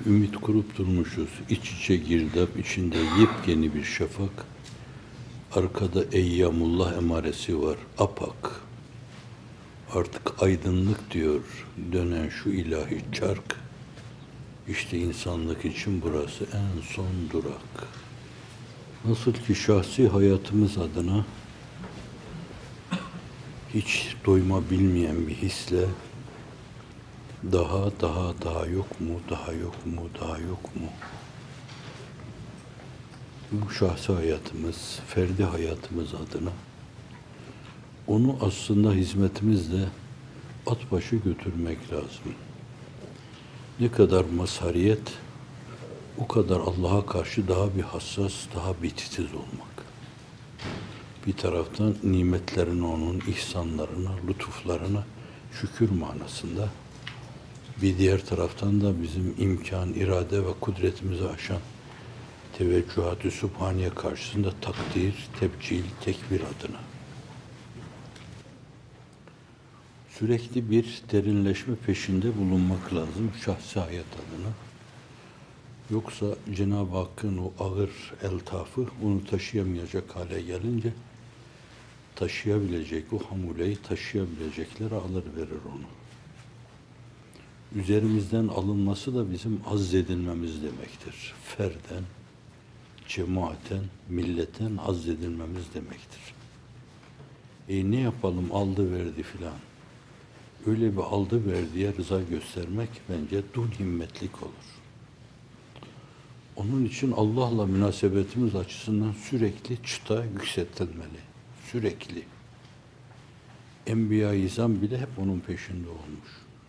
ümit kurup durmuşuz. İç içe girdap, içinde yepyeni bir şafak. Arkada eyyamullah emaresi var, apak. Artık aydınlık diyor, dönen şu ilahi çark. İşte insanlık için burası en son durak. Nasıl ki şahsi hayatımız adına hiç doyma bilmeyen bir hisle daha yok mu, daha yok mu, daha yok mu? Bu şahsi hayatımız, ferdi hayatımız adına onu aslında hizmetimizle at başı götürmek lazım. Ne kadar mazhariyet, o kadar Allah'a karşı daha bir hassas, daha bir titiz olmak. Bir taraftan nimetlerine, onun ihsanlarına, lütuflarına şükür manasında. Bir diğer taraftan da bizim imkan, irade ve kudretimizi aşan teveccühat-ı sübhaniye karşısında takdir, tebcil, tekbir adına. Sürekli bir derinleşme peşinde bulunmak lazım şahsi hayat adına. Yoksa Cenab-ı Hakk'ın o ağır eltafı onu taşıyamayacak hale gelince taşıyabilecek, o hamuleyi taşıyabilecekler alır verir onu. Üzerimizden alınması da bizim azzedilmemiz demektir. Ferden, cemaaten, milletten azzedilmemiz demektir. Ne yapalım aldı verdi filan. Öyle bir aldı verdiye rıza göstermek bence dun himmetlik olur. Onun için Allah'la münasebetimiz açısından sürekli çıta yükseltilmeli. Sürekli. Enbiya-i İzam bile hep onun peşinde olmuş.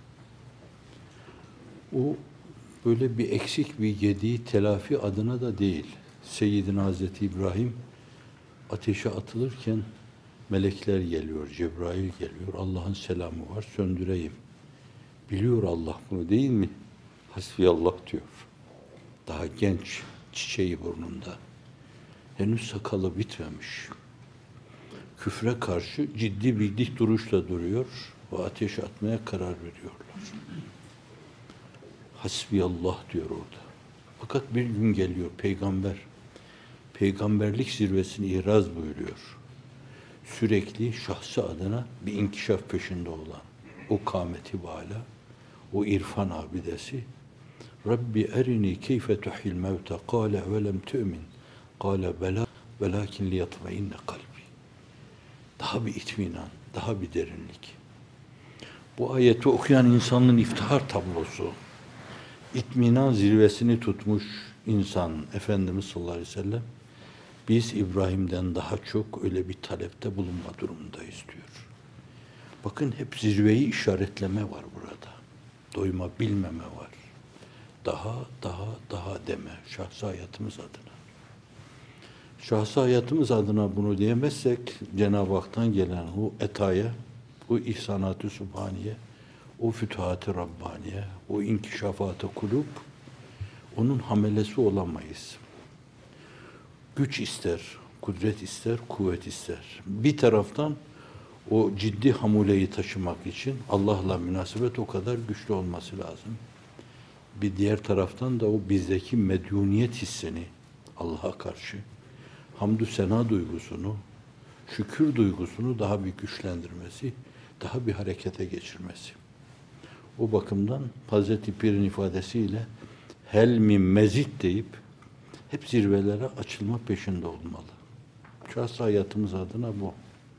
O böyle bir eksik bir yediği telafi adına da değil. Seyyidina Hazreti İbrahim ateşe atılırken melekler geliyor, Cebrail geliyor. Allah'ın selamı var, söndüreyim. Biliyor Allah bunu değil mi? Hasbiyallah diyor. Daha genç, çiçeği burnunda. Henüz sakalı bitmemiş. Küfre karşı ciddi bir dik duruşla duruyor ve ateşe atmaya karar veriyorlar. Hasbiyallah diyor orada. Fakat bir gün geliyor peygamber. Peygamberlik zirvesini ihraz buyuruyor. Sürekli şahsı adına bir inkişaf peşinde olan o kâmeti bâla, o irfan abidesi Rabbi erini keyfe tuhil mevte kâle ve lem tü'min kâle belâ velâkin liyatma'inne kalbi. Daha bir itminan, daha bir derinlik. Bu ayeti okuyan insanın iftihar tablosu, itminan zirvesini tutmuş insan Efendimiz sallallahu aleyhi ve sellem biz İbrahim'den daha çok öyle bir talepte bulunma durumundayız diyor. Bakın hep zirveyi işaretleme var burada. Doyma bilmeme var. Daha deme şahsi hayatımız adına. Şahsi hayatımız adına bunu diyemezsek Cenab-ı Hak'tan gelen o etaya, o ihsanat-ı sübhaniye, o fütuhat-ı Rabbaniye, o inkişafat-ı kulub, onun hamelesi olamayız. Güç ister, kudret ister, kuvvet ister. Bir taraftan o ciddi hamuleyi taşımak için Allah'la münasebet o kadar güçlü olması lazım. Bir diğer taraftan da o bizdeki medyuniyet hissini Allah'a karşı, hamdü sena duygusunu, şükür duygusunu daha bir güçlendirmesi, daha bir harekete geçirmesi. O bakımdan Hazreti Pir'in ifadesiyle hel min mezid deyip hep zirvelere açılma peşinde olmalı. Şahsi hayatımız adına bu.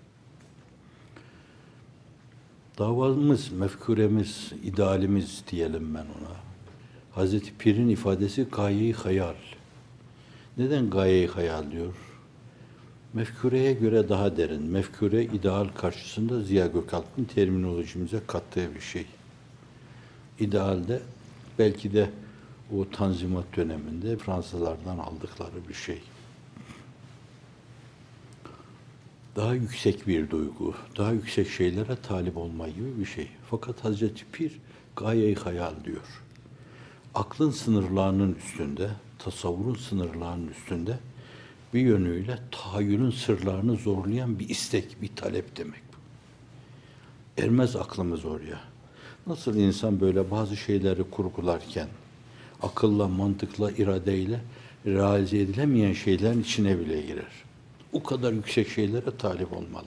Davamız, mefkuremiz, idealimiz diyelim ben ona. Hazreti Pir'in ifadesi gaye-i hayal. Neden gaye-i hayal diyor? Mefkureye göre daha derin. Mefkure ideal karşısında Ziya Gökalp'ın terminolojimize kattığı bir şey. İdealde belki de o Tanzimat döneminde Fransızlardan aldıkları bir şey. Daha yüksek bir duygu, daha yüksek şeylere talip olma gibi bir şey. Fakat Hazreti Pir gaye-i hayal diyor. Aklın sınırlarının üstünde, tasavvurun sınırlarının üstünde bir yönüyle tahayyülün sırlarını zorlayan bir istek, bir talep demek bu. Ermez aklımız oraya. Nasıl insan böyle bazı şeyleri kurgularken akılla, mantıkla, iradeyle realize edilemeyen şeylerin içine bile girer. O kadar yüksek şeylere talip olmalı.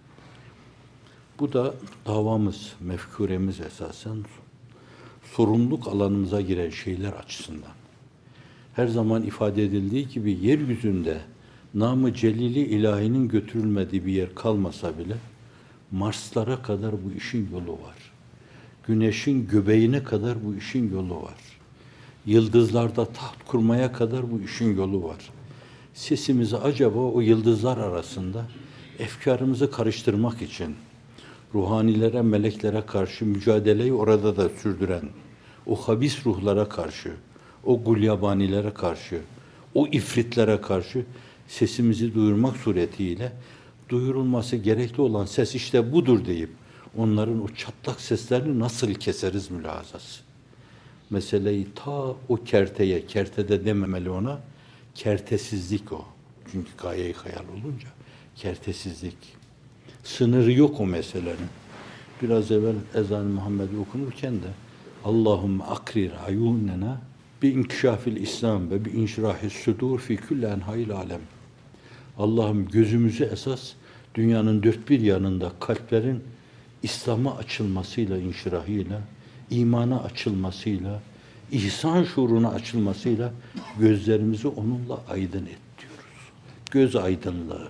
Bu da davamız, mefkuremiz esasen sorumluluk alanımıza giren şeyler açısından. Her zaman ifade edildiği gibi yeryüzünde namı celili ilahinin götürülmediği bir yer kalmasa bile Marslara kadar bu işin yolu var. Güneşin göbeğine kadar bu işin yolu var. Yıldızlarda taht kurmaya kadar bu işin yolu var. Sesimizi acaba o yıldızlar arasında efkarımızı karıştırmak için ruhanilere, meleklere karşı mücadeleyi orada da sürdüren, o habis ruhlara karşı, o gulyabanilere karşı, o ifritlere karşı sesimizi duyurmak suretiyle duyurulması gerekli olan ses işte budur deyip onların o çatlak seslerini nasıl keseriz mülazası. Meseleyi ta o kerteye, kertede dememeli ona, kertesizlik o. Çünkü gaye-i hayal olunca kertesizlik. Sınırı yok o meselenin. Biraz evvel ezan-ı Muhammed'i okunurken de Allahümme akrir ayunena bi inkişafil İslam ve bi inşirahis sudur fi kulli enha'il alem. Allah'ım gözümüzü esas dünyanın dört bir yanında kalplerin İslam'a açılmasıyla, inşirahıyla, imana açılmasıyla, ihsan şuuruna açılmasıyla gözlerimizi onunla aydın et diyoruz. Göz aydınlığı.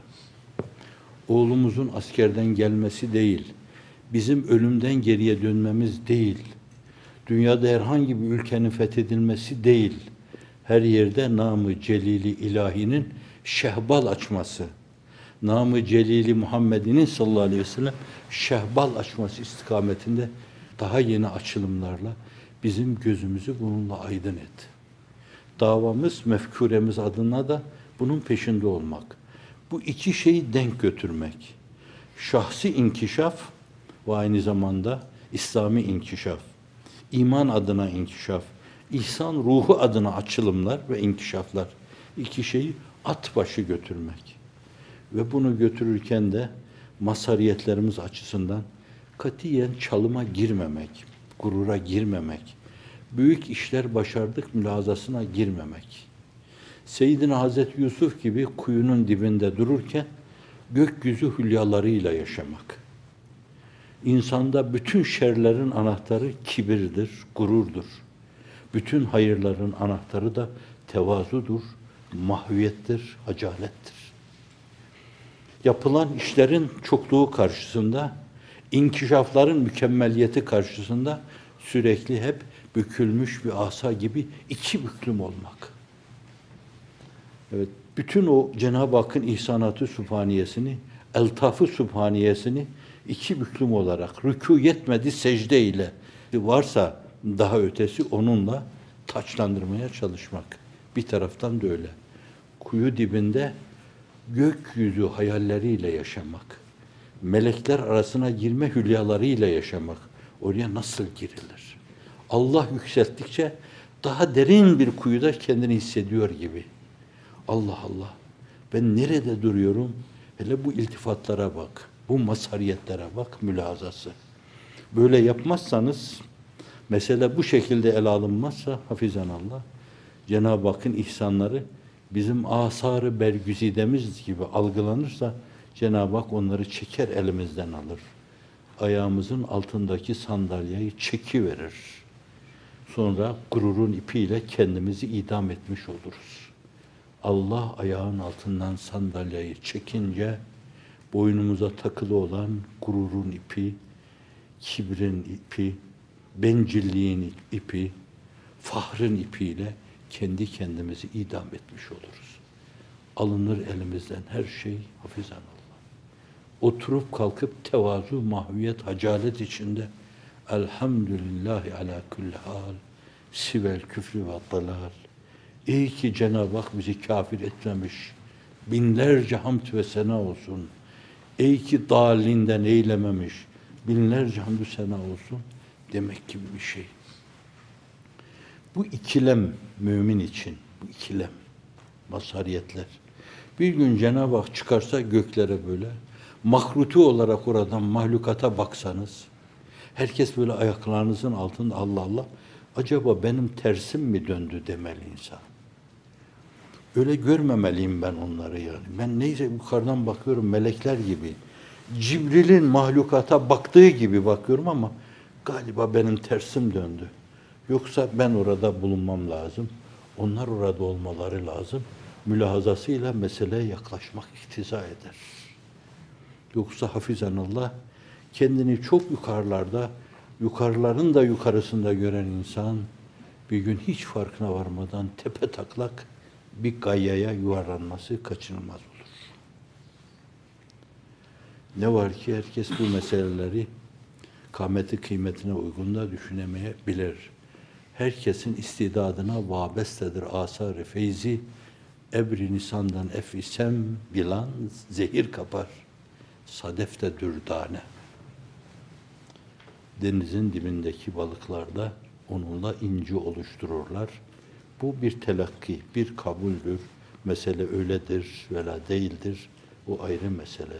Oğlumuzun askerden gelmesi değil, bizim ölümden geriye dönmemiz değil, dünyada herhangi bir ülkenin fethedilmesi değil, her yerde namı celili ilahinin şehbal açması, namı celili Muhammed'in sallallahu aleyhi ve sellem şehbal açması istikametinde daha yeni açılımlarla bizim gözümüzü bununla aydın et. Davamız, mefkuremiz adına da bunun peşinde olmak. Bu iki şeyi denk götürmek. Şahsi inkişaf ve aynı zamanda İslami inkişaf. İman adına inkişaf. İhsan ruhu adına açılımlar ve inkişaflar. İki şeyi at başı götürmek. Ve bunu götürürken de mazhariyetlerimiz açısından katiyen çalıma girmemek, gurura girmemek, büyük işler başardık mülazasına girmemek. Seyyidina Hazreti Yusuf gibi kuyunun dibinde dururken gökyüzü hülyalarıyla yaşamak. İnsanda bütün şerlerin anahtarı kibirdir, gururdur. Bütün hayırların anahtarı da tevazudur, mahviyettir, hacalettir. Yapılan işlerin çokluğu karşısında, inkişafların mükemmeliyeti karşısında sürekli hep bükülmüş bir asa gibi iki büklüm olmak. Evet, bütün o Cenab-ı Hakk'ın ihsanatı sübhaniyesini, eltafı sübhaniyesini iki büklüm olarak rükû yetmedi secde ile varsa daha ötesi onunla taçlandırmaya çalışmak. Bir taraftan da öyle. Kuyu dibinde gökyüzü hayalleriyle yaşamak. Melekler arasına girme hülyalarıyla yaşamak. Oraya nasıl girilir? Allah yükselttikçe daha derin bir kuyuda kendini hissediyor gibi. Allah Allah, ben nerede duruyorum? Hele bu iltifatlara bak, bu mazhariyetlere bak, mülazası. Böyle yapmazsanız, mesele bu şekilde ele alınmazsa, hafizanallah, Cenab-ı Hakk'ın ihsanları bizim asar-ı bergüzidemiz gibi algılanırsa, Cenab-ı Hak onları çeker elimizden alır. Ayağımızın altındaki sandalyeyi çekiverir. Sonra gururun ipiyle kendimizi idam etmiş oluruz. Allah ayağın altından sandalyeyi çekince boynumuza takılı olan gururun ipi, kibrin ipi, bencilliğin ipi, fahrın ipiyle kendi kendimizi idam etmiş oluruz. Alınır elimizden her şey hafizanallah. Oturup kalkıp tevazu, mahviyet, hacalet içinde elhamdülillahi ala kulli hal sivel küfrü ve dalal. İyi ki Cenab-ı Hak bizi kafir etmemiş. Binlerce hamd ve sena olsun. İyi ki dalinden eylememiş. Binlerce hamdü sena olsun demek gibi bir şey. Bu ikilem mümin için, bu ikilem, mazhariyetler. Bir gün Cenab-ı Hak çıkarsa göklere böyle, mahruti olarak oradan mahlukata baksanız, herkes böyle ayaklarınızın altında Allah Allah, acaba benim tersim mi döndü demeli insan. Öyle görmemeliyim ben onları yani. Ben neyse yukarıdan bakıyorum melekler gibi. Cibril'in mahlukata baktığı gibi bakıyorum ama galiba benim tersim döndü. Yoksa ben orada bulunmam lazım. Onlar orada olmaları lazım. Mülahazasıyla meseleye yaklaşmak iktiza eder. Yoksa hafizanallah kendini çok yukarılarda, yukarıların da yukarısında gören insan bir gün hiç farkına varmadan tepe taklak bir gayaya yuvarlanması kaçınılmaz olur. Ne var ki herkes bu meseleleri kâmeti kıymetine uygun da düşünemeyebilir. Herkesin istidadına vabestedir asar-ı feyzi, ebri nisandan efisem bilan zehir kapar, sadefte dürdane. Denizin dibindeki balıklar da onunla inci oluştururlar. Bu bir telakki, bir kabuldür. Mesele öyledir veya değildir. O ayrı mesele.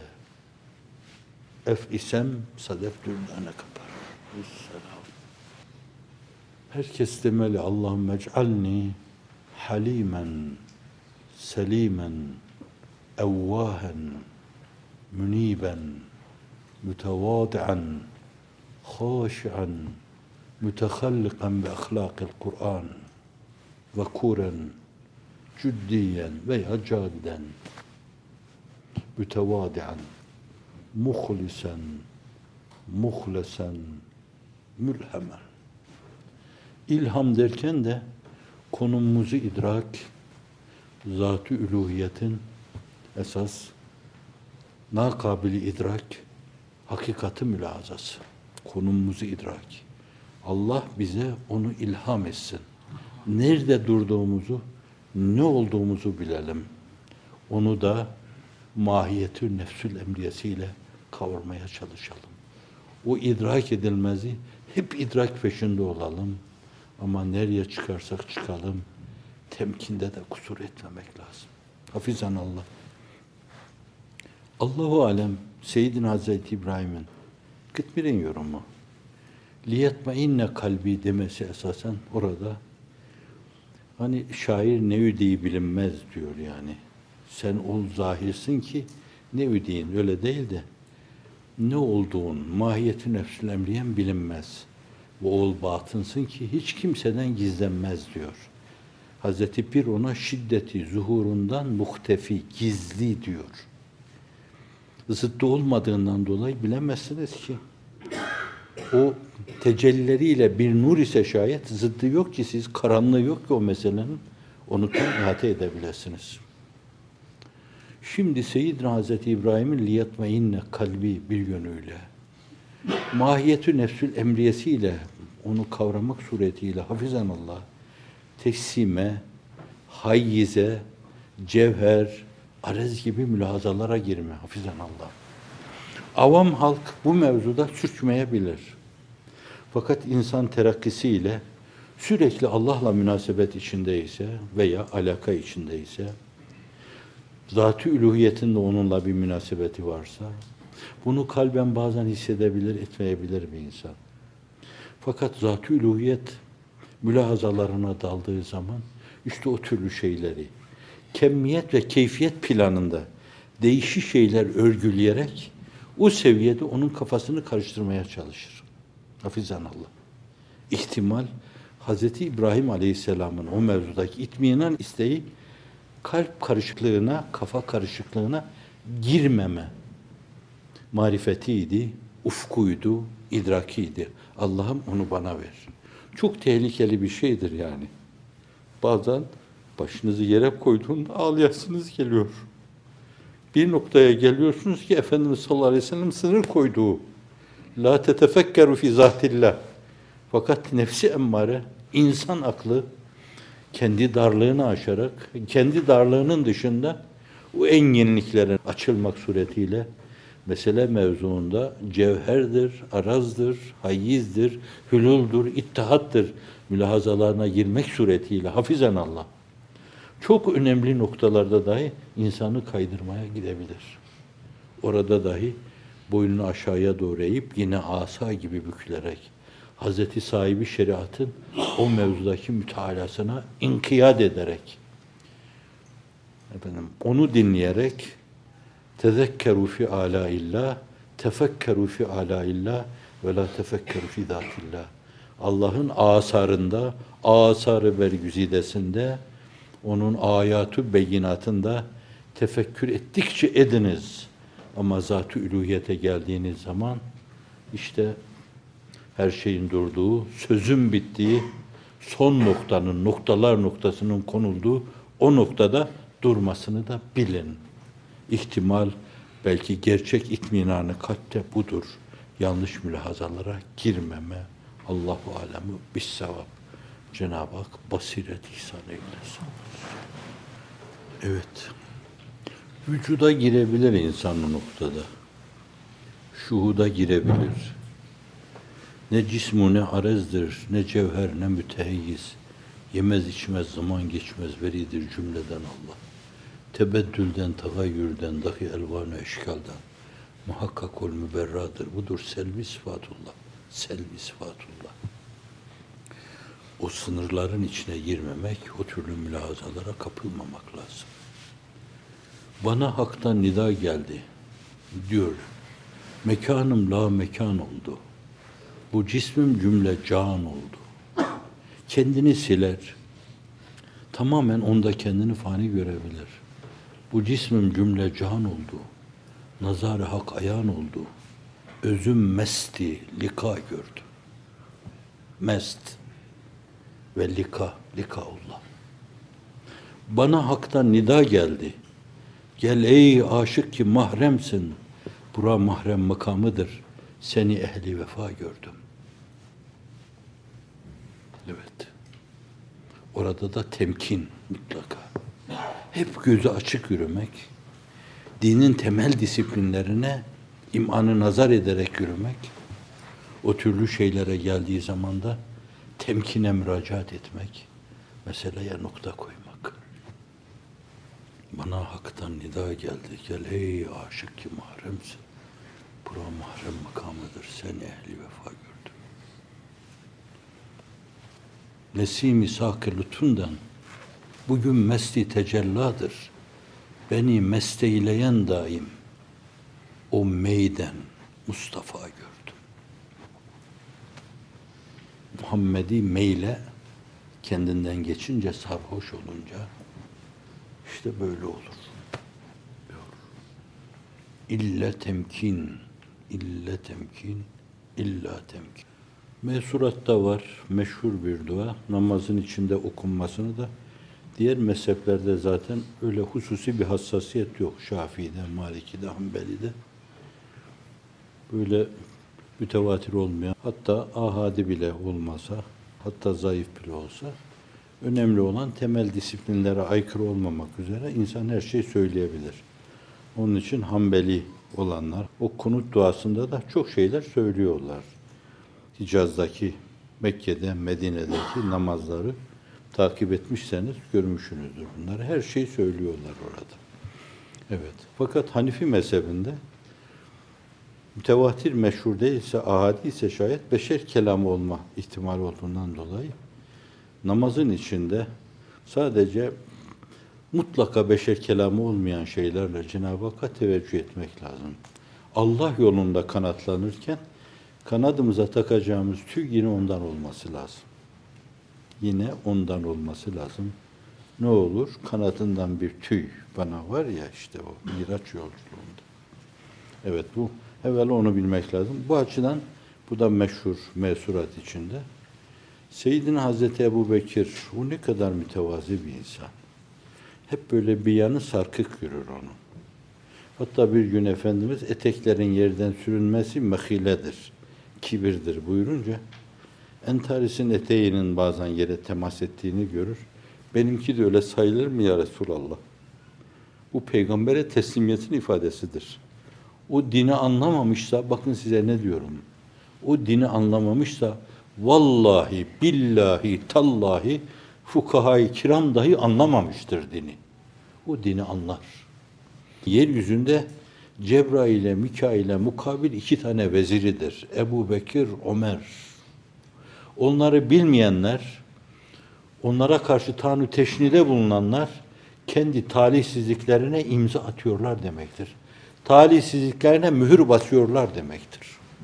Efisem sadef dürdane kapar. Vesselam. Herkes demeli Allahümme ec'alni halimen, selimen, evvahen, müniben, mütevadi'an, خاشعا متخلقا بأخلاق القرآن وكورا جديا veya caden mütevadi'an muhlisen muhlesen mülhemen. İlham derken de konumumuzu idrak, zat-ı üluhiyetin esas nakabili idrak, hakikati mülazası. Konumumuzu idrak. Allah bize onu ilham etsin. Nerede durduğumuzu, ne olduğumuzu bilelim. Onu da mahiyetü nefsül emriyesiyle kavurmaya çalışalım. O idrak edilmezi hep idrak peşinde olalım. Ama nereye çıkarsak çıkalım, temkinde de kusur etmemek lazım. Hafizanallah. Allahu alem Seyyidina Hazreti İbrahim'in Kıtmir'in yorumu. Liyetmeinne kalbi demesi esasen orada hani şair ne üdeyi bilinmez diyor yani. Sen ol zahirsin ki ne üdeyin öyle değil de ne olduğun mahiyeti nefsül emriyen bilinmez. Bu ol batınsın ki hiç kimseden gizlenmez diyor. Hazreti Pir ona şiddeti zuhurundan muhtefi, gizli diyor. Zıddı olmadığından dolayı bilemezsiniz ki. O tecellileriyle bir nur ise şayet zıddı yok ki siz, karanlığı yok ki o meselenin. Onu tam ihate edebilirsiniz. Şimdi Seyyidina Hazreti İbrahim'in liyetmeinne kalbi bir yönüyle mahiyetü nefsül emriyesiyle onu kavramak suretiyle hafizanallah teksime, hayyize, cevher, arez gibi mülahazalara girme hafizanallah. Avam halk bu mevzuda sürçmeyebilir. Fakat insan terakkisiyle sürekli Allah'la münasebet içindeyse veya alaka içindeyse, zat-ı üluhiyetinde onunla bir münasebeti varsa, bunu kalben bazen hissedebilir, etmeyebilir bir insan. Fakat zat-ı üluhiyet mülahazalarına daldığı zaman, işte o türlü şeyleri, kemmiyet ve keyfiyet planında değişik şeyler örgüleyerek, o seviyede onun kafasını karıştırmaya çalışır. Hafizanallah. İhtimal, Hz. İbrahim Aleyhisselam'ın o mevzudaki itminan isteği, kalp karışıklığına, kafa karışıklığına girmeme marifetiydi, ufkuydu, idrakiydi. Allah'ım onu bana ver. Çok tehlikeli bir şeydir yani. Bazen başınızı yere koyduğunda ağlayasınız geliyor. Bir noktaya geliyorsunuz ki Efendimiz sallallahu aleyhi ve sellem sınır koyduğu la tetefekkeru fi zatillah. Fakat nefsi emmare, insan aklı kendi darlığını aşarak, kendi darlığının dışında o enginliklere açılmak suretiyle mesele mevzuunda cevherdir, arazdır, hayyizdir, hüluldur, ittihattır mülahazalarına girmek suretiyle hafizanallah çok önemli noktalarda dahi insanı kaydırmaya gidebilir. Orada dahi boynunu aşağıya doğru eğip yine asa gibi bükülerek Hazreti sahibi şeriatın o mevzudaki mütalasına inkiyat ederek, onu dinleyerek tezekkeru fi alaillah, tefekkeru fi alaillah ve la tefekkeru fi zatillah. Allah'ın asarında, asar-ı bergüzidesinde, onun ayatü beyinatında tefekkür ettikçe ediniz. Ama zat-ı üluhiyete geldiğiniz zaman işte her şeyin durduğu, sözün bittiği, son noktanın, noktalar noktasının konulduğu o noktada durmasını da bilin. İhtimal, belki gerçek itminanı kalpte budur. Yanlış mülahazalara girmeme. Allahu alemu bissevab. Cenab-ı Hak basiret ihsan eylesin. Evet. Vücuda girebilir insan o noktada. Şuhuda girebilir. Ne cismu ne arezdir, ne cevher ne mütehiyyiz. Yemez içmez zaman geçmez veridir cümleden Allah. Tebeddülden, tagayyürden, dahi elvan-ı eşkaldan. Muhakkak ol müberradır. Budur selvi sıfatullah. Selvi sıfatullah. O sınırların içine girmemek, o türlü mülahazalara kapılmamak lazım. Bana haktan nida geldi diyor. Mekanım la mekan oldu. Bu cismim cümle can oldu. Kendini siler. Tamamen onda kendini fani görebilir. Bu cismim cümle can oldu. Nazar-ı hak ayan oldu. Özüm mesti, lika gördü. Mest ve likaullah. Bana haktan nida geldi. Gel ey aşık ki mahremsin. Bura mahrem makamıdır. Seni ehli vefa gördüm. Evet. Orada da temkin mutlaka. Hep gözü açık yürümek, dinin temel disiplinlerine imanı nazar ederek yürümek, o türlü şeylere geldiği zaman da temkine müracaat etmek, meseleye nokta koymak. Bana haktan nida geldi. Gel ey aşık ki mahremsin. Bura mahrem makamıdır. Sen ehli vefa gördüm. Nesim-i sak-ı lütfundan bugün mesti tecelladır. Beni mesteyleyen daim o meyden Mustafa gördüm. Muhammedi meyle kendinden geçince, sarhoş olunca işte böyle olur. İlle temkin, illa temkin, illa temkin. Mesuratta var, meşhur bir dua. Namazın içinde okunmasını da diğer mezheplerde zaten öyle hususi bir hassasiyet yok. Şafii'de, Maliki'de, Hanbeli'de. Böyle mütevatir olmayan, hatta ahadi bile olmasa, hatta zayıf bile olsa, önemli olan temel disiplinlere aykırı olmamak üzere insan her şey söyleyebilir. Onun için Hanbeli olanlar o kunut duasında da çok şeyler söylüyorlar. Hicaz'daki, Mekke'de, Medine'deki namazları takip etmişseniz görmüşsünüzdür bunları. Her şeyi söylüyorlar orada. Evet. Fakat Hanifi mezhebinde mütevatir meşhur değilse, ahadi ise şayet beşer kelamı olma ihtimali olduğundan dolayı namazın içinde sadece mutlaka beşer kelamı olmayan şeylerle Cenab-ı Hakk'a teveccüh etmek lazım. Allah yolunda kanatlanırken kanadımıza takacağımız tüy yine ondan olması lazım. Yine ondan olması lazım. Ne olur? Kanadından bir tüy bana var ya işte o Miraç yolculuğunda. Evet bu. Evvel onu bilmek lazım. Bu açıdan bu da meşhur mesurat içinde. Seyyidina Hazreti Ebubekir o ne kadar mütevazi bir insan. Hep böyle bir yanı sarkık yürür onun. Hatta bir gün Efendimiz eteklerin yerden sürünmesi mehiledir, kibirdir buyurunca entarisinin eteğinin bazen yere temas ettiğini görür. Benimki de öyle sayılır mı ya Resulallah? Bu peygambere teslimiyetin ifadesidir. O dini anlamamışsa, bakın size ne diyorum. O dini anlamamışsa vallahi, billahi, tallahi fukaha-i kiram dahi anlamamıştır dini. O dini anlar. Yeryüzünde Cebrail'e, Mikail'e mukabil iki tane veziridir. Ebu Bekir, Ömer. Onları bilmeyenler, onlara karşı tanrı teşnide bulunanlar kendi talihsizliklerine imza atıyorlar demektir. Talihsizliklerine mühür basıyorlar demektir.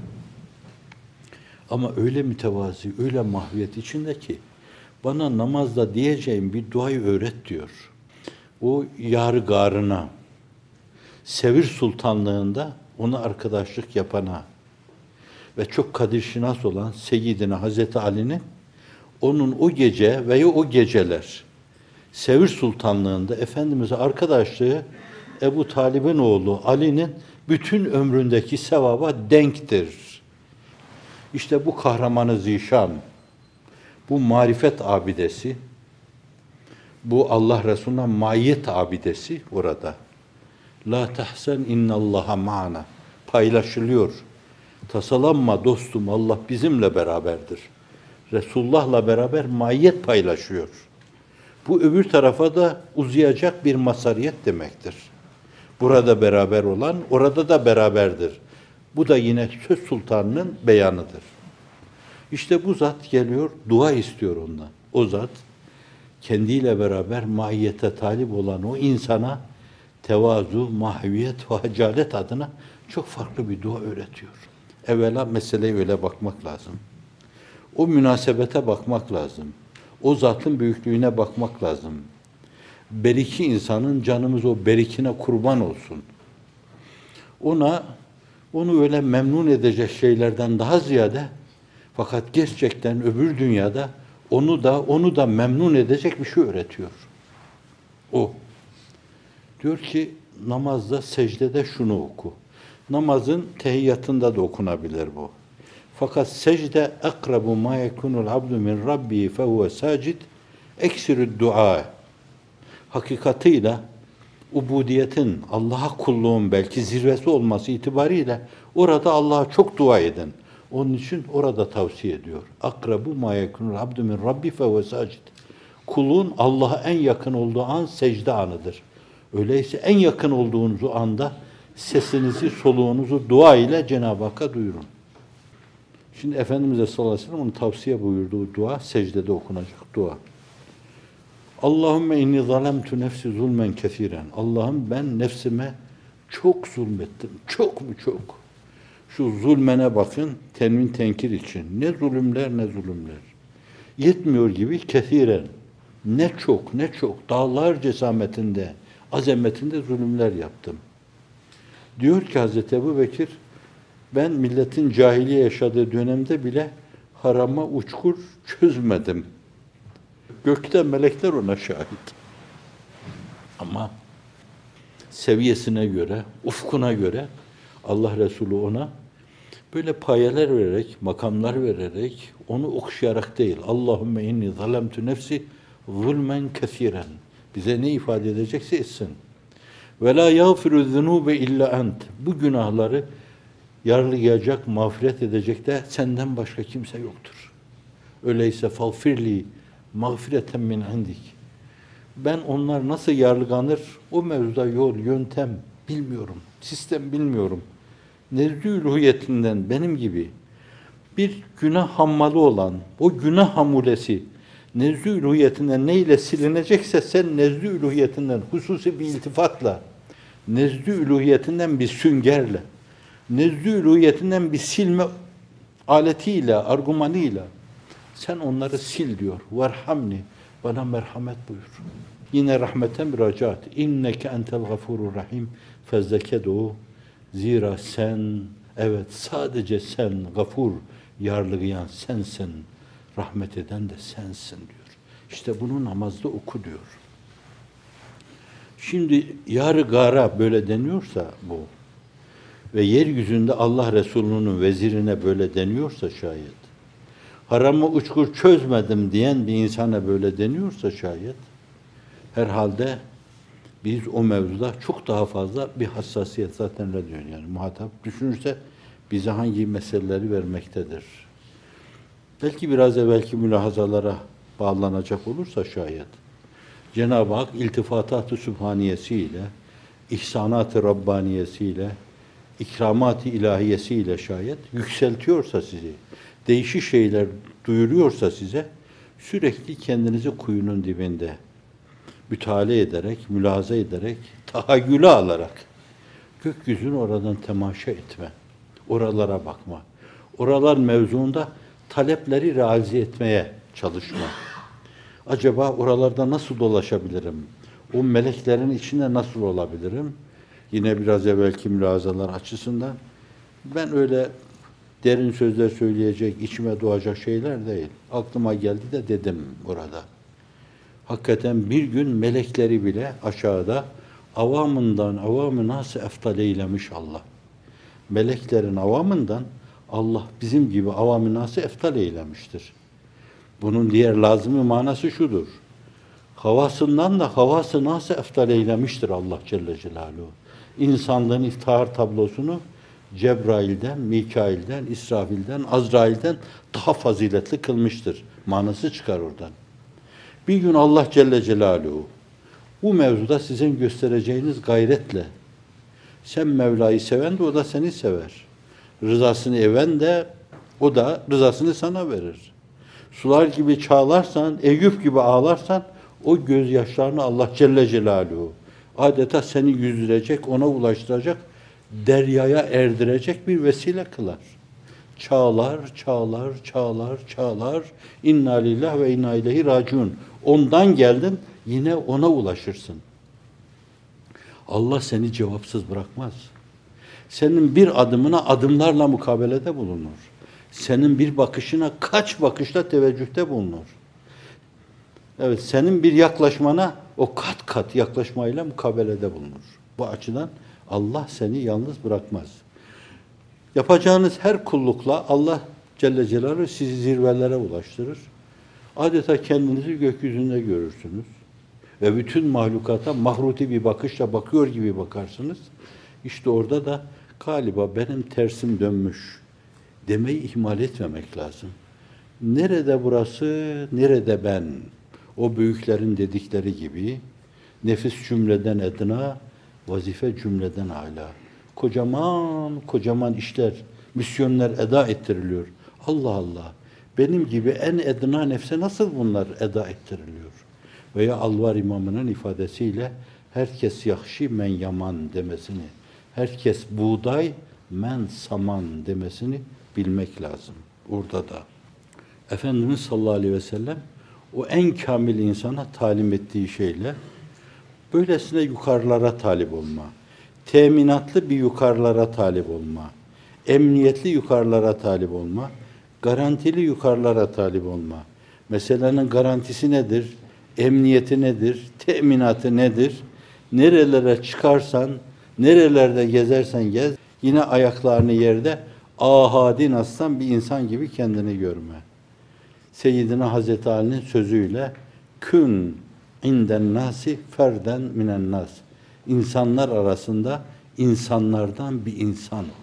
Ama öyle mütevazi, öyle mahviyet içinde ki bana namazda diyeceğim bir duayı öğret diyor. O yar garına, Sevir Sultanlığında ona arkadaşlık yapana ve çok kadirşinas olan Seyyidina Hazreti Ali'nin onun o gece veya o geceler Sevir Sultanlığında Efendimiz'e arkadaşlığı Ebu Talib'in oğlu Ali'nin bütün ömründeki sevaba denktir. İşte bu kahramanı zişan, bu marifet abidesi, bu Allah Resulü'ne maiyet abidesi orada. La tahsen innallaha ma'ana paylaşılıyor. Tasalanma dostum, Allah bizimle beraberdir. Resulullah'la beraber maiyet paylaşıyor. Bu öbür tarafa da uzayacak bir mazhariyet demektir. Burada beraber olan, orada da beraberdir. Bu da yine söz sultanının beyanıdır. İşte bu zat geliyor, dua istiyor ondan. O zat, kendiyle beraber maiyete talip olan o insana tevazu, mahviyet ve hacalet adına çok farklı bir dua öğretiyor. Evvela meseleye öyle bakmak lazım. O münasebete bakmak lazım. O zatın büyüklüğüne bakmak lazım. Beriki insanın canımız o berikine kurban olsun. Onu öyle memnun edecek şeylerden daha ziyade fakat gerçekten öbür dünyada onu da memnun edecek bir şey öğretiyor. O. Diyor ki namazda, secdede şunu oku. Namazın tehiyyatında da okunabilir bu. Fakat secde akrabu ma yekunul abdu min rabbi fehuve sacid eksirü dua. Hakikatıyla ubudiyetin, Allah'a kulluğun belki zirvesi olması itibariyle orada Allah'a çok dua edin. Onun için orada tavsiye ediyor. Akrabu ma yekunul abdu min rabbi fehuve sacid. Kulun Allah'a en yakın olduğu an secde anıdır. Öyleyse en yakın olduğunuzu anda sesinizi, soluğunuzu dua ile Cenab-ı Hakk'a duyurun. Şimdi Efendimiz sallallahu aleyhi ve sellem onun tavsiye buyurduğu dua, secdede okunacak dua. Allahümme inni zalemtu nefsi zulmen kesiren. Allah'ım ben nefsime çok zulmettim. Çok mu çok? Şu zulmene bakın, tenvin tenkir için. Ne zulümler ne zulümler. Yetmiyor gibi kesiren. Ne çok ne çok. Dağlar cesametinde, azametinde zulümler yaptım. Diyor ki Hazreti Ebubekir, ben milletin cahiliye yaşadığı dönemde bile harama uçkur çözmedim. Gökte melekler ona şahit. Ama seviyesine göre, ufkuna göre Allah Resulü ona böyle payeler vererek, makamlar vererek, onu okşayarak değil. Allahümme inni zalemtu nefsi zulmen kesiren. Bize ne ifade edecekse etsin. Ve la yağfiru zunube illa ent. Bu günahları yarlayacak, mağfiret edecek de senden başka kimse yoktur. Öyleyse fağfirli mağfireten min indik. Ben onlar nasıl yarlıganır, o mevzuda yol, yöntem bilmiyorum, sistem bilmiyorum. Nezd-i uluhiyetinden benim gibi bir günah hammalı olan, o günah hamulesi nezd-i uluhiyetinden neyle silinecekse sen nezd-i uluhiyetinden hususi bir iltifatla, nezd-i uluhiyetinden bir süngerle, nezd-i uluhiyetinden bir silme aletiyle, argümanıyla sen onları sil diyor. Verhamni, bana merhamet buyur. Yine rahmeten müracaat. İnneke entel gafurur rahim. Fezzekedu. Zira sen, evet sadece sen, gafur, yarlıgayan sensin. Rahmet eden de sensin diyor. İşte bunu namazda oku diyor. Şimdi yar-ı gara böyle deniyorsa bu ve yeryüzünde Allah Resulü'nün vezirine böyle deniyorsa şayet, haramı uçkur çözmedim diyen bir insana böyle deniyorsa şayet, herhalde biz o mevzuda çok daha fazla bir hassasiyet zaten ne diyor yani muhatap düşünürse bize hangi meseleleri vermektedir. Belki biraz evvelki mülahazalara bağlanacak olursa şayet, Cenab-ı Hak iltifatat-ı sübhaniyesiyle, ihsanat-ı rabbaniyesiyle, ikramat-ı ilahiyesiyle şayet yükseltiyorsa sizi, değişik şeyler duyuruyorsa size, sürekli kendinizi kuyunun dibinde müteala ederek, mülahaza ederek, tahayyülü alarak, gökyüzünü oradan temaşa etme, oralara bakma, oralar mevzuunda talepleri realize etmeye çalışma. Acaba oralarda nasıl dolaşabilirim? O meleklerin içinde nasıl olabilirim? Yine biraz evvelki mülahazalar açısından ben öyle derin sözler söyleyecek, içime doğacak şeyler değil. Aklıma geldi de dedim burada. Hakikaten bir gün melekleri bile aşağıda avamından avamı nasıl eftal eylemiş Allah. Meleklerin avamından Allah bizim gibi avamı nasıl eftal eylemiştir. Bunun diğer lazımı manası şudur. Havasından da havası nasıl eftal eylemiştir Allah Celle Celaluhu. İnsanlığın iftihar tablosunu Cebrail'den, Mikail'den, İsrafil'den, Azrail'den daha faziletli kılmıştır. Manası çıkar oradan. Bir gün Allah Celle Celaluhu bu mevzuda sizin göstereceğiniz gayretle sen Mevla'yı seven de o da seni sever. Rızasını even de o da rızasını sana verir. Sular gibi çağlarsan, Eyüp gibi ağlarsan o gözyaşlarını Allah Celle Celaluhu adeta seni yüzdürecek, ona ulaştıracak, deryaya erdirecek bir vesile kılar. Çağlar, çağlar, çağlar, çağlar. İnna lillah ve inna ileyhi raciun. Ondan geldin, yine ona ulaşırsın. Allah seni cevapsız bırakmaz. Senin bir adımına adımlarla mukabelede bulunur. Senin bir bakışına kaç bakışla teveccühte bulunur. Evet, senin bir yaklaşmana o kat kat yaklaşmayla mukabelede bulunur. Bu açıdan Allah seni yalnız bırakmaz. Yapacağınız her kullukla Allah Celle Celaluhu sizi zirvelere ulaştırır. Adeta kendinizi gökyüzünde görürsünüz. Ve bütün mahlukata mahruti bir bakışla bakıyor gibi bakarsınız. İşte orada da galiba benim tersim dönmüş demeyi ihmal etmemek lazım. Nerede burası, nerede ben? O büyüklerin dedikleri gibi nefis cümleden edna, vazife cümleden âlâ. Kocaman kocaman işler, misyonlar eda ettiriliyor. Allah Allah. Benim gibi en edna nefse nasıl bunlar eda ettiriliyor? Veya Alvar imamının ifadesiyle herkes yahşi men yaman demesini, herkes buğday men saman demesini bilmek lazım. Orada da Efendimiz sallallahu aleyhi ve sellem o en kamil insana talim ettiği şeyle böylesine yukarılara talip olma, teminatlı bir yukarılara talip olma, emniyetli yukarılara talip olma, garantili yukarılara talip olma. Meselenin garantisi nedir? Emniyeti nedir? Teminatı nedir? Nerelere çıkarsan, nerelerde gezersen gez, yine ayaklarını yerde ahadin aslan bir insan gibi kendini görme. Seyyidina Hazreti Ali'nin sözüyle kün inden nasi ferden minen nas. İnsanlar arasında insanlardan bir insan ol.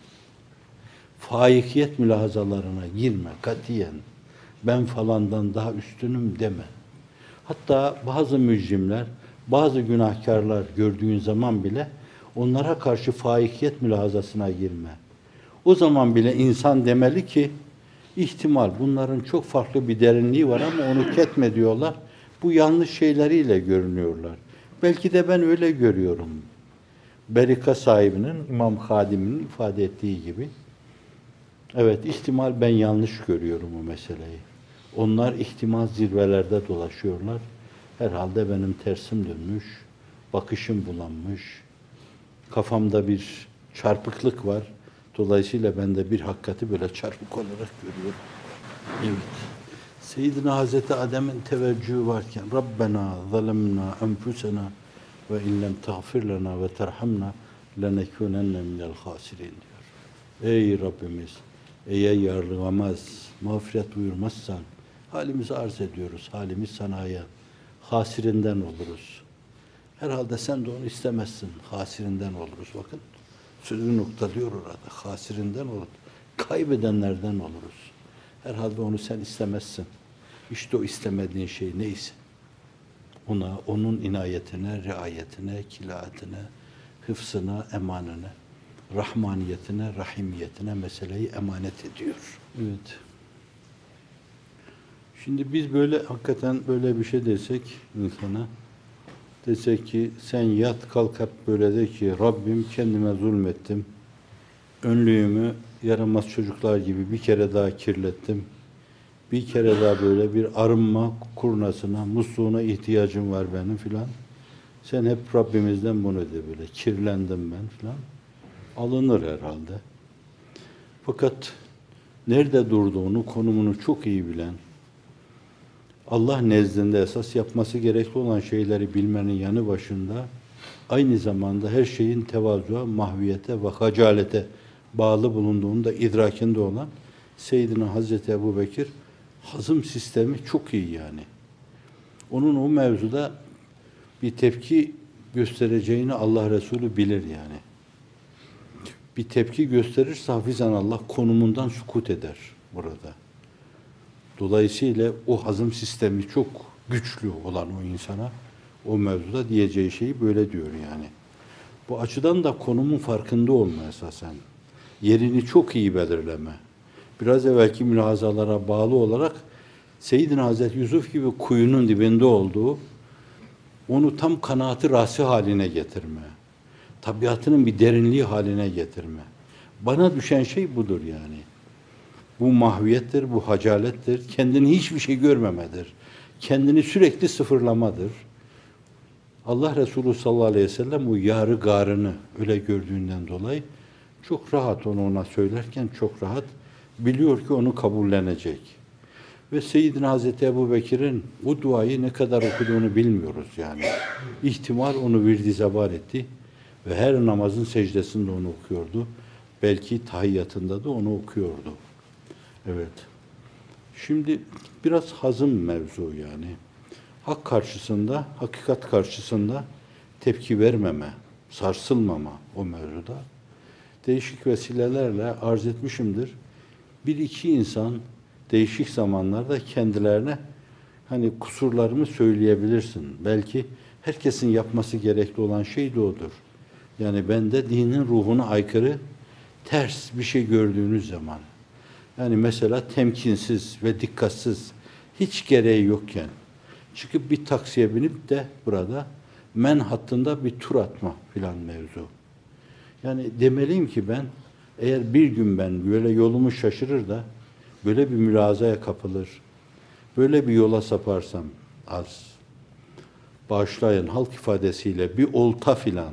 Faikiyet mülahazalarına girme katiyen. Ben falandan daha üstünüm deme. Hatta bazı mücrimler, bazı günahkarlar gördüğün zaman bile onlara karşı faikiyet mülahazasına girme. O zaman bile insan demeli ki ihtimal bunların çok farklı bir derinliği var ama onu ketme diyorlar. Bu yanlış şeyleriyle görünüyorlar. Belki de ben öyle görüyorum. Berika sahibinin, İmam Hadim'in ifade ettiği gibi. Evet, ihtimal ben yanlış görüyorum o meseleyi. Onlar ihtimal zirvelerde dolaşıyorlar. Herhalde benim tersim dönmüş, bakışım bulanmış, kafamda bir çarpıklık var. Dolayısıyla ben de bir hakikati böyle çarpık olarak görüyorum. Evet. Seyyidina Hazreti Adem'in teveccühü varken Rabbena zalemna enfusena ve illem tağfir lana ve terhamna lenekunenne minel hasirin diyor. Ey Rabbimiz, eğer yarlamaz, mağfiret buyurmazsan halimizi arz ediyoruz. Halimiz sanaya. Hasirinden oluruz. Herhalde sen de onu istemezsin. Hasirinden oluruz. Bakın sözü noktalıyor orada. Hasirinden oluruz. Kaybedenlerden oluruz. Herhalde onu sen istemezsin. İşte o istemediğin şey neyse. Ona, onun inayetine, riayetine, kilaatine, hıfzına, emanine, rahmaniyetine, rahimiyetine meseleyi emanet ediyor. Evet. Şimdi biz böyle hakikaten böyle bir şey desek insana, desek ki sen yat kalk hep böyle de ki Rabbim kendime zulmettim. Önlüğümü yaramaz çocuklar gibi bir kere daha kirlettim. Bir kere daha böyle bir arınma kurnasına, musluğuna ihtiyacım var benim filan. Sen hep Rabbimizden bunu de böyle. Kirlendim ben filan. Alınır herhalde. Fakat nerede durduğunu, konumunu çok iyi bilen, Allah nezdinde esas yapması gerekli olan şeyleri bilmenin yanı başında aynı zamanda her şeyin tevazuya, mahviyete ve hacalete bağlı bulunduğunu da idrakinde olan Seyyidina Hazreti Ebubekir hazım sistemi çok iyi yani. Onun o mevzuda bir tepki göstereceğini Allah Resulü bilir yani. Bir tepki gösterirse hafizan Allah konumundan sukut eder burada. Dolayısıyla o hazım sistemi çok güçlü olan o insana o mevzuda diyeceği şeyi böyle diyor yani. Bu açıdan da konumun farkında olma esasen. Yerini çok iyi belirleme. Biraz evvelki mülahazalara bağlı olarak Seyyidina Hazreti Yusuf gibi kuyunun dibinde olduğu, onu tam kanaatı rası haline getirme. Tabiatının bir derinliği haline getirme. Bana düşen şey budur yani. Bu mahviyettir, bu hacalettir. Kendini hiçbir şey görmemedir. Kendini sürekli sıfırlamadır. Allah Resulü sallallahu aleyhi ve sellem o yarı garını öyle gördüğünden dolayı çok rahat onu ona söylerken çok rahat biliyor ki onu kabullenecek. Ve Seyyidina Hazreti Ebubekir'in o duayı ne kadar okuduğunu bilmiyoruz yani. İhtimal onu virdi zebar etti ve her namazın secdesinde onu okuyordu. Belki tahiyyatında da onu okuyordu. Evet. Şimdi biraz hazım mevzu yani. Hak karşısında, hakikat karşısında tepki vermeme, sarsılmama o mevzuda. Değişik vesilelerle arz etmişimdir. Bir iki insan değişik zamanlarda kendilerine hani kusurlarımı söyleyebilirsin. Belki herkesin yapması gerekli olan şey de odur. Yani bende dinin ruhuna aykırı, ters bir şey gördüğünüz zaman, yani mesela temkinsiz ve dikkatsiz, hiç gereği yokken çıkıp bir taksiye binip de burada men hattında bir tur atma filan mevzu. Yani demeliyim ki ben, eğer bir gün ben böyle yolumu şaşırır da böyle bir mülazaya kapılır, böyle bir yola saparsam az, bağışlayın halk ifadesiyle bir olta filan,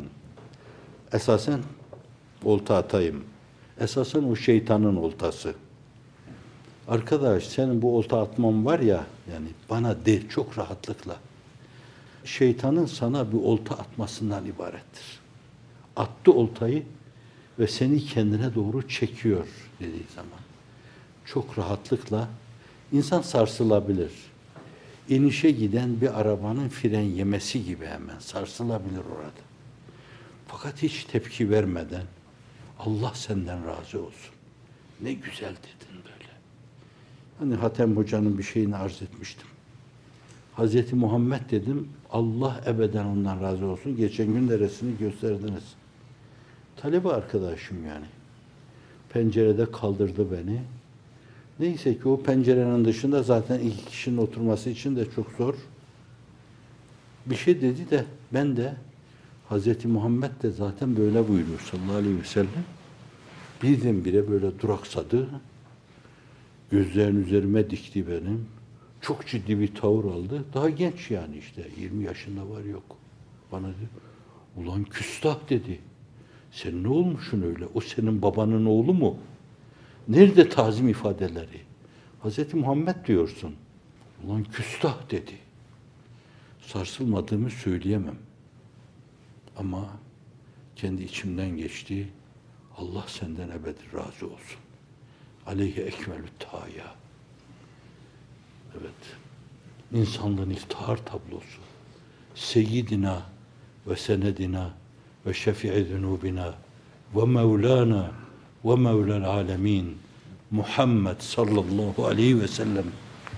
esasen olta atayım. Esasen o şeytanın oltası. Arkadaş senin bu olta atman var ya, yani bana de çok rahatlıkla. Şeytanın sana bir olta atmasından ibarettir. Attı oltayı ve seni kendine doğru çekiyor dediği zaman. Çok rahatlıkla insan sarsılabilir. İnişe giden bir arabanın fren yemesi gibi hemen sarsılabilir orada. Fakat hiç tepki vermeden Allah senden razı olsun. Ne güzel dedin böyle. Hani Hatem Hoca'nın bir şeyini arz etmiştim. Hazreti Muhammed dedim, Allah ebeden ondan razı olsun. Geçen gün de resmini gösterdiniz. Talebe arkadaşım yani. Pencerede kaldırdı beni. Neyse ki o pencerenin dışında zaten iki kişinin oturması için de çok zor. Bir şey dedi de ben de Hazreti Muhammed de zaten böyle buyuruyor sallallahu aleyhi ve sellem. Birdenbire böyle duraksadı. Gözlerini üzerime dikti benim. Çok ciddi bir tavır aldı. Daha genç yani işte. 20 yaşında var yok. Bana dedi. Ulan küstah dedi. Sen ne olmuşsun öyle? O senin babanın oğlu mu? Nerede tazim ifadeleri? Hazreti Muhammed diyorsun. Ulan küstah dedi. Sarsılmadığımı söyleyemem. Ama kendi içimden geçti. Allah senden ebedi razı olsun. Aleyhi ekmelü taya. Evet. İnsanlığın iftihar tablosu. Seyyidina ve senedina ve şefi'i zunubina ve mevlana ve mevlel alemin Muhammed sallallahu aleyhi ve sellem.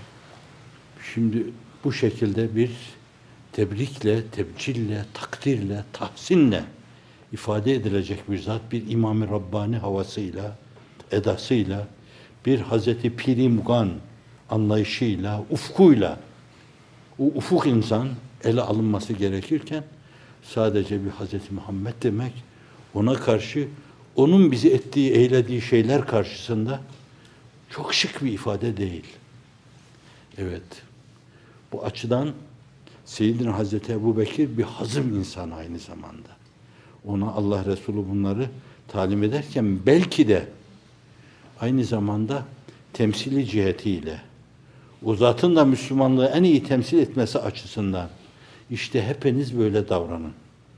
Şimdi bu şekilde bir tebrikle, tebcille, takdirle, tahsinle ifade edilecek bir zat, bir İmam-ı Rabbani havasıyla, edasıyla, bir Hazreti Piri Mugan anlayışıyla, ufkuyla, o ufuk insan ele alınması gerekirken sadece bir Hazreti Muhammed demek, ona karşı, onun bizi ettiği, eylediği şeyler karşısında çok şık bir ifade değil. Evet, bu açıdan Seyyidina Hazreti Ebubekir bir hazım insanı aynı zamanda. Ona Allah Resulü bunları talim ederken belki de aynı zamanda temsili cihetiyle, o zatın da Müslümanlığı en iyi temsil etmesi açısından işte hepiniz böyle davranın.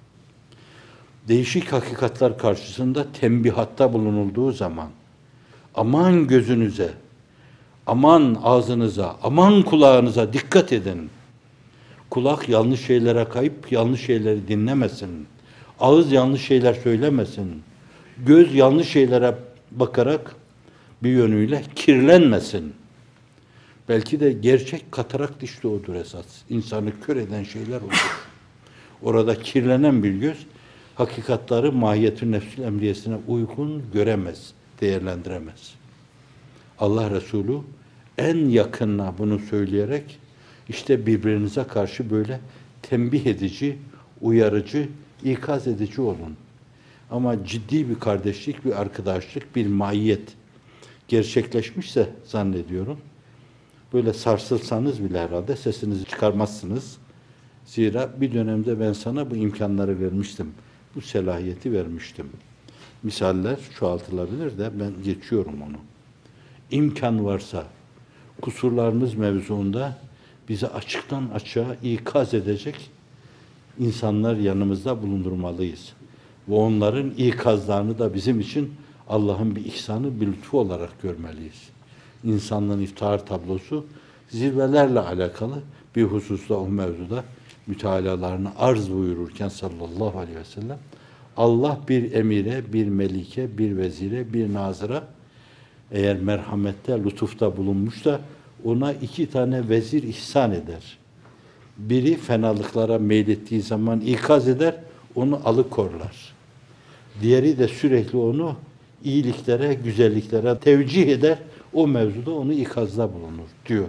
Değişik hakikatler karşısında tembihatta bulunulduğu zaman aman gözünüze, aman ağzınıza, aman kulağınıza dikkat edin. Kulak yanlış şeylere kayıp yanlış şeyleri dinlemesin. Ağız yanlış şeyler söylemesin. Göz yanlış şeylere bakarak bir yönüyle kirlenmesin. Belki de gerçek katarakt işte odur esas. İnsanı kör eden şeyler odur. Orada kirlenen bir göz, hakikatları mahiyetü nefsül emriyesine uygun göremez, değerlendiremez. Allah Resulü en yakınına bunu söyleyerek işte birbirinize karşı böyle tembih edici, uyarıcı, ikaz edici olun. Ama ciddi bir kardeşlik, bir arkadaşlık, bir maiyet gerçekleşmişse zannediyorum, böyle sarsılsanız bile herhalde sesinizi çıkarmazsınız. Zira bir dönemde ben sana bu imkanları vermiştim. Bu selahiyeti vermiştim. Misaller çoğaltılabilir de ben geçiyorum onu. İmkan varsa kusurlarımız mevzuunda bizi açıktan açığa ikaz edecek insanlar yanımızda bulundurmalıyız. Ve onların ikazlarını da bizim için Allah'ın bir ihsanı, bir lütfu olarak görmeliyiz. İnsanlığın iftihar tablosu zirvelerle alakalı bir hususta o mevzuda mütealalarını arz buyururken sallallahu aleyhi ve sellem Allah bir emire, bir melike, bir vezire, bir nazıra eğer merhamette, lütufta bulunmuşsa ona 2 tane vezir ihsan eder. Biri fenalıklara meylettiği zaman ikaz eder, onu alıkorlar. Diğeri de sürekli onu iyiliklere, güzelliklere tevcih eder, o mevzuda onu ikazda bulunur diyor.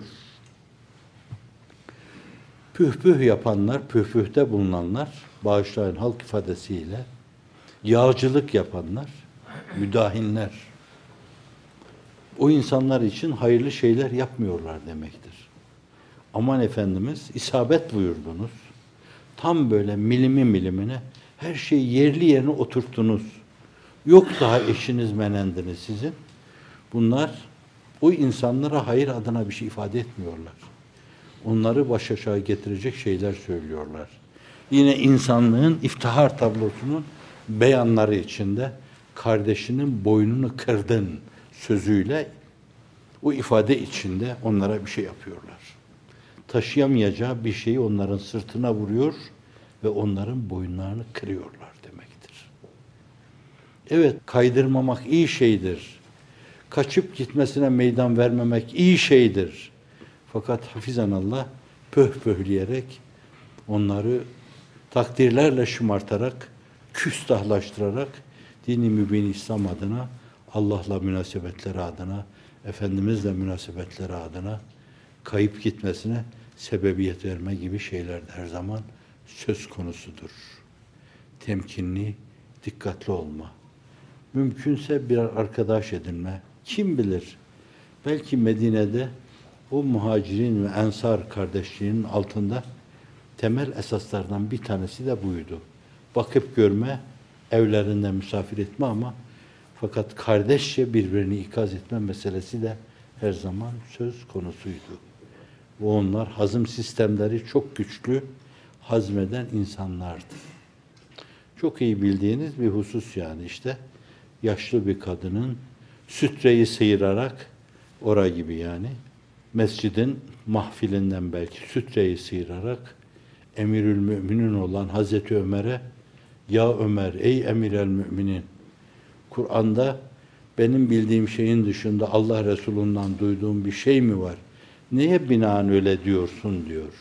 Püh yapanlar, pühte bulunanlar, bağışlayın halk ifadesiyle, yağcılık yapanlar, müdahinler, o insanlar için hayırlı şeyler yapmıyorlar demektir. Aman Efendimiz, isabet buyurdunuz. Tam böyle milimi milimine her şeyi yerli yerine oturttunuz. Yok daha eşiniz, menendiniz sizin. Bunlar o insanlara hayır adına bir şey ifade etmiyorlar. Onları baş aşağı getirecek şeyler söylüyorlar. Yine insanlığın iftihar tablosunun beyanları içinde kardeşinin boynunu kırdın sözüyle o ifade içinde onlara bir şey yapıyorlar. Taşıyamayacağı bir şeyi onların sırtına vuruyor ve onların boyunlarını kırıyorlar demektir. Evet, kaydırmamak iyi şeydir. Kaçıp gitmesine meydan vermemek iyi şeydir. Fakat hafizanallah pöhleyerek onları takdirlerle şımartarak, küstahlaştırarak dini mübin İslam adına, Allah'la münasebetleri adına, Efendimizle münasebetleri adına kayıp gitmesine sebebiyet verme gibi şeyler de her zaman söz konusudur. Temkinli, dikkatli olma. Mümkünse bir arkadaş edinme. Kim bilir? Belki Medine'de o muhacirin ve ensar kardeşliğinin altında temel esaslardan bir tanesi de buydu. Bakıp görme, evlerinde misafir etme ama fakat kardeşçe birbirini ikaz etme meselesi de her zaman söz konusuydu. Ve onlar hazım sistemleri çok güçlü, hazmeden insanlardı. Çok iyi bildiğiniz bir husus yani işte yaşlı bir kadının sütreyi sıyırarak gibi yani mescidin mahfilinden belki sütreyi sıyırarak Emirül Müminin olan Hazreti Ömer'e ya Ömer ey Emirel Müminin Kur'an'da benim bildiğim şeyin dışında Allah Resulü'nden duyduğum bir şey mi var? Neye binaen öyle diyorsun diyor.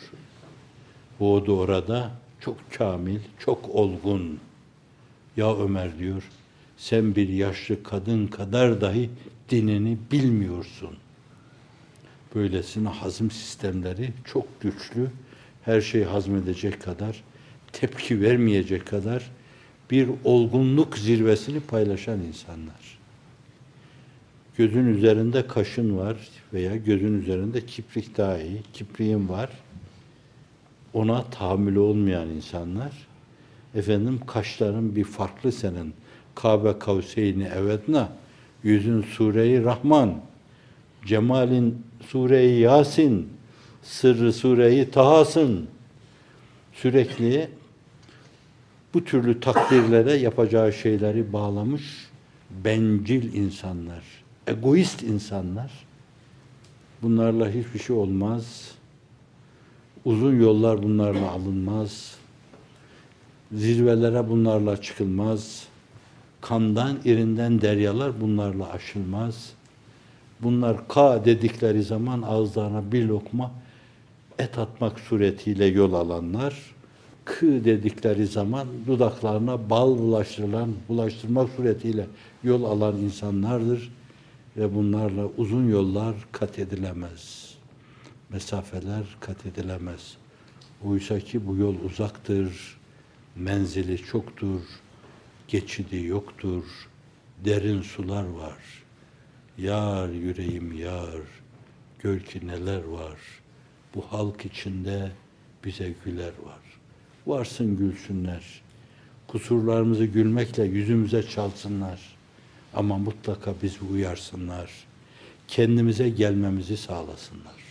O da orada çok kamil, çok olgun. Ya Ömer diyor, sen bir yaşlı kadın kadar dahi dinini bilmiyorsun. Böylesine hazım sistemleri çok güçlü, her şeyi hazmedecek kadar, tepki vermeyecek kadar bir olgunluk zirvesini paylaşan insanlar. Gözün üzerinde kaşın var veya gözün üzerinde kiprik dahi, kipriğin var. Ona tahammülü olmayan insanlar, efendim kaşların bir farklı senin, Kabe kavseyni evedna, yüzün Sure-i Rahman, cemalin Sure-i Yasin, sırrı Sure-i Tahasın. Sürekli bu türlü takdirlere yapacağı şeyleri bağlamış bencil insanlar, egoist insanlar. Bunlarla hiçbir şey olmaz. Uzun yollar bunlarla alınmaz. Zirvelere bunlarla çıkılmaz. Kandan, irinden deryalar bunlarla aşılmaz. Bunlar ka dedikleri zaman ağızlarına bir lokma et atmak suretiyle yol alanlar, kı dedikleri zaman dudaklarına bal bulaştırmak suretiyle yol alan insanlardır ve bunlarla uzun yollar kat edilemez. Mesafeler kat edilemez. Oysa ki bu yol uzaktır, menzili çoktur, geçidi yoktur, derin sular var. Yar yüreğim yar, gör ki neler var. Bu halk içinde bize güler var. Varsın gülsünler. Kusurlarımızı gülmekle yüzümüze çalsınlar. Ama mutlaka bizi uyarsınlar. Kendimize gelmemizi sağlasınlar.